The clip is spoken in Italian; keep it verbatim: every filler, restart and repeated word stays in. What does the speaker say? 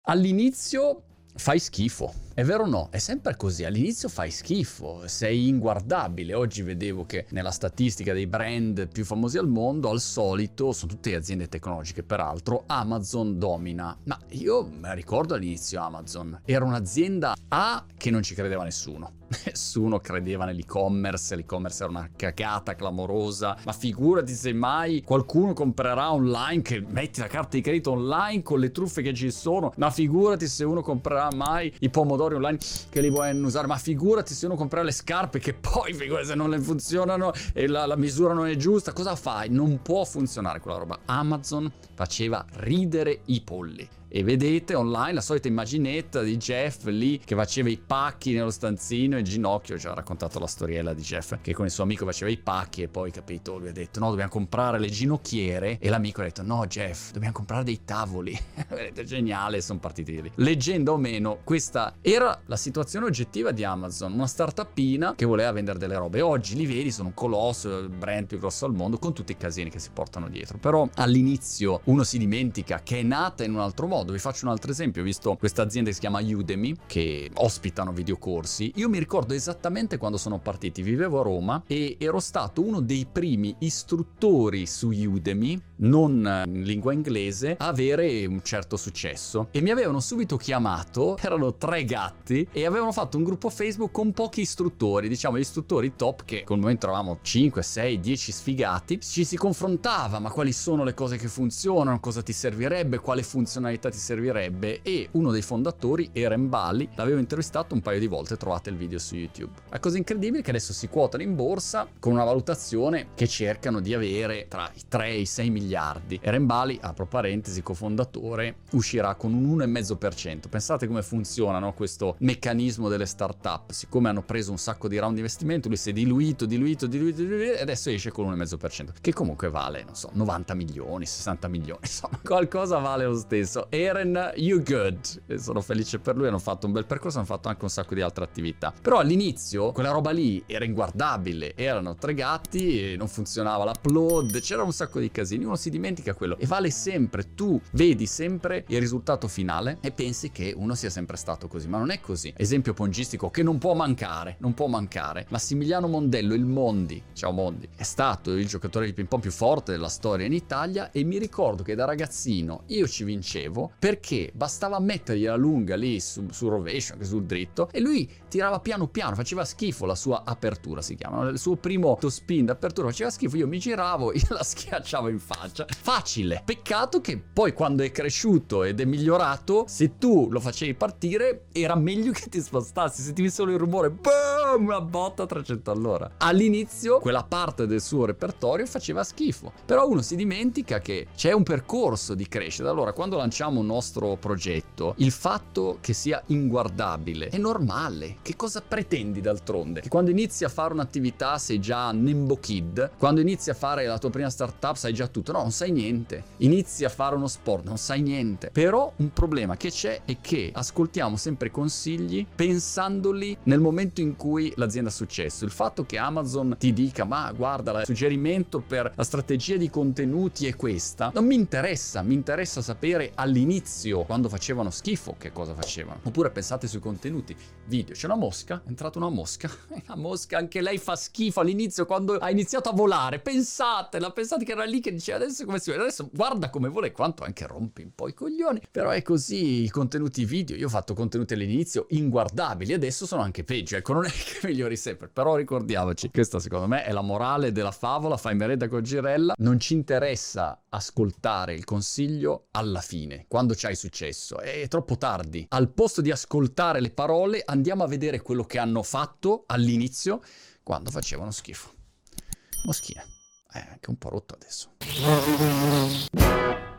All'inizio fai schifo, è vero o no? È sempre così, all'inizio fai schifo, sei inguardabile. Oggi vedevo che nella statistica dei brand più famosi al mondo, al solito, sono tutte aziende tecnologiche peraltro, Amazon domina. Ma io me la ricordo all'inizio Amazon, era un'azienda A che non ci credeva nessuno. Nessuno credeva nell'e-commerce, l'e-commerce era una cagata clamorosa, ma figurati se mai qualcuno comprerà online, che metti la carta di credito online con le truffe che ci sono, ma figurati se uno comprerà mai i pomodori online che li vuoi usare, ma figurati se uno comprerà le scarpe che poi figurati se non le funzionano e la, la misura non è giusta, cosa fai? Non può funzionare quella roba. Amazon faceva ridere i polli. E vedete online la solita immaginetta di Jeff lì che faceva i pacchi nello stanzino in ginocchio. Ci ha raccontato la storiella di Jeff che con il suo amico faceva i pacchi e poi, capito, lui ha detto no, dobbiamo comprare le ginocchiere, e l'amico ha detto no Jeff, dobbiamo comprare dei tavoli. Vedete, geniale, sono partiti lì. Leggenda o meno, questa era la situazione oggettiva di Amazon, una startupina che voleva vendere delle robe. Oggi li vedi, sono un colosso, il brand più grosso al mondo, con tutti i casini che si portano dietro. Però all'inizio uno si dimentica che è nata in un altro modo. Vi faccio un altro esempio. Ho visto questa azienda che si chiama Udemy, che ospitano videocorsi. Io mi ricordo esattamente quando sono partiti, vivevo a Roma e ero stato uno dei primi istruttori su Udemy, non in lingua inglese, a avere un certo successo, e mi avevano subito chiamato, erano tre gatti e avevano fatto un gruppo Facebook con pochi istruttori, diciamo gli istruttori top, che col momento eravamo cinque, sei, dieci sfigati. Ci si confrontava, ma quali sono le cose che funzionano, cosa ti servirebbe, quale funzionalità ti servirebbe, e uno dei fondatori, Eren Bali, l'avevo intervistato un paio di volte, trovate il video su YouTube. La cosa incredibile è che adesso si quotano in borsa con una valutazione che cercano di avere tra i tre e i sei miliardi. Eren Bali, apro parentesi, cofondatore, uscirà con un uno virgola cinque per cento. Pensate come funziona, no, questo meccanismo delle startup. Siccome hanno preso un sacco di round di investimento, lui si è diluito, diluito, diluito, diluito e adesso esce con l'uno virgola cinque per cento, che comunque vale, non so, novanta milioni, sessanta milioni, insomma, qualcosa vale lo stesso. Eren, you good. E sono felice per lui, hanno fatto un bel percorso, hanno fatto anche un sacco di altre attività. Però all'inizio quella roba lì era inguardabile, erano tre gatti e non funzionava l'upload, c'era un sacco di casini, uno si dimentica quello. E vale sempre, tu vedi sempre il risultato finale e pensi che uno sia sempre stato così, ma non è così. Esempio pongistico che non può mancare, non può mancare. Massimiliano Mondello, il Mondi, ciao Mondi, è stato il giocatore di ping pong più forte della storia in Italia, e mi ricordo che da ragazzino io ci vincevo perché bastava mettergli la lunga lì su, sul rovescio, anche sul dritto, e lui tirava piano piano, faceva schifo. La sua apertura si chiama, il suo primo spin d'apertura faceva schifo, io mi giravo, io la schiacciavo in faccia. Facile. Peccato che poi quando è cresciuto ed è migliorato, se tu lo facevi partire era meglio che ti spostassi, sentivi solo il rumore, boom, una botta a trecento all'ora. All'inizio quella parte del suo repertorio faceva schifo, però uno si dimentica che c'è un percorso di crescita. Allora, quando lanciamo un nostro progetto, il fatto che sia inguardabile è normale. Che cosa pretendi d'altronde? Che quando inizi a fare un'attività sei già Nimbo Kid, quando inizi a fare la tua prima startup sai già tutto? No, non sai niente. Inizi a fare uno sport, non sai niente. Però un problema che c'è è che ascoltiamo sempre consigli pensandoli nel momento in cui l'azienda ha successo. Il fatto che Amazon ti dica ma guarda, il suggerimento per la strategia di contenuti è questa, non mi interessa, mi interessa sapere all'inizio, quando facevano schifo, che cosa facevano. Oppure pensate sui contenuti video, c'è una mosca, è entrata una mosca, la mosca anche lei fa schifo all'inizio quando ha iniziato a volare, pensatela, pensate che era lì che diceva adesso come si vede, adesso guarda come vola e quanto anche rompe un po' i coglioni. Però è così, i contenuti video, io ho fatto contenuti all'inizio inguardabili, adesso sono anche peggio, ecco, non è che migliori sempre, però ricordiamoci, questa secondo me è la morale della favola, fai merenda con Girella, non ci interessa ascoltare il consiglio alla fine, quando c'hai successo, è troppo tardi. Al posto di ascoltare le parole andiamo a vedere quello che hanno fatto all'inizio quando facevano schifo. Moschine, è anche un po' rotto adesso.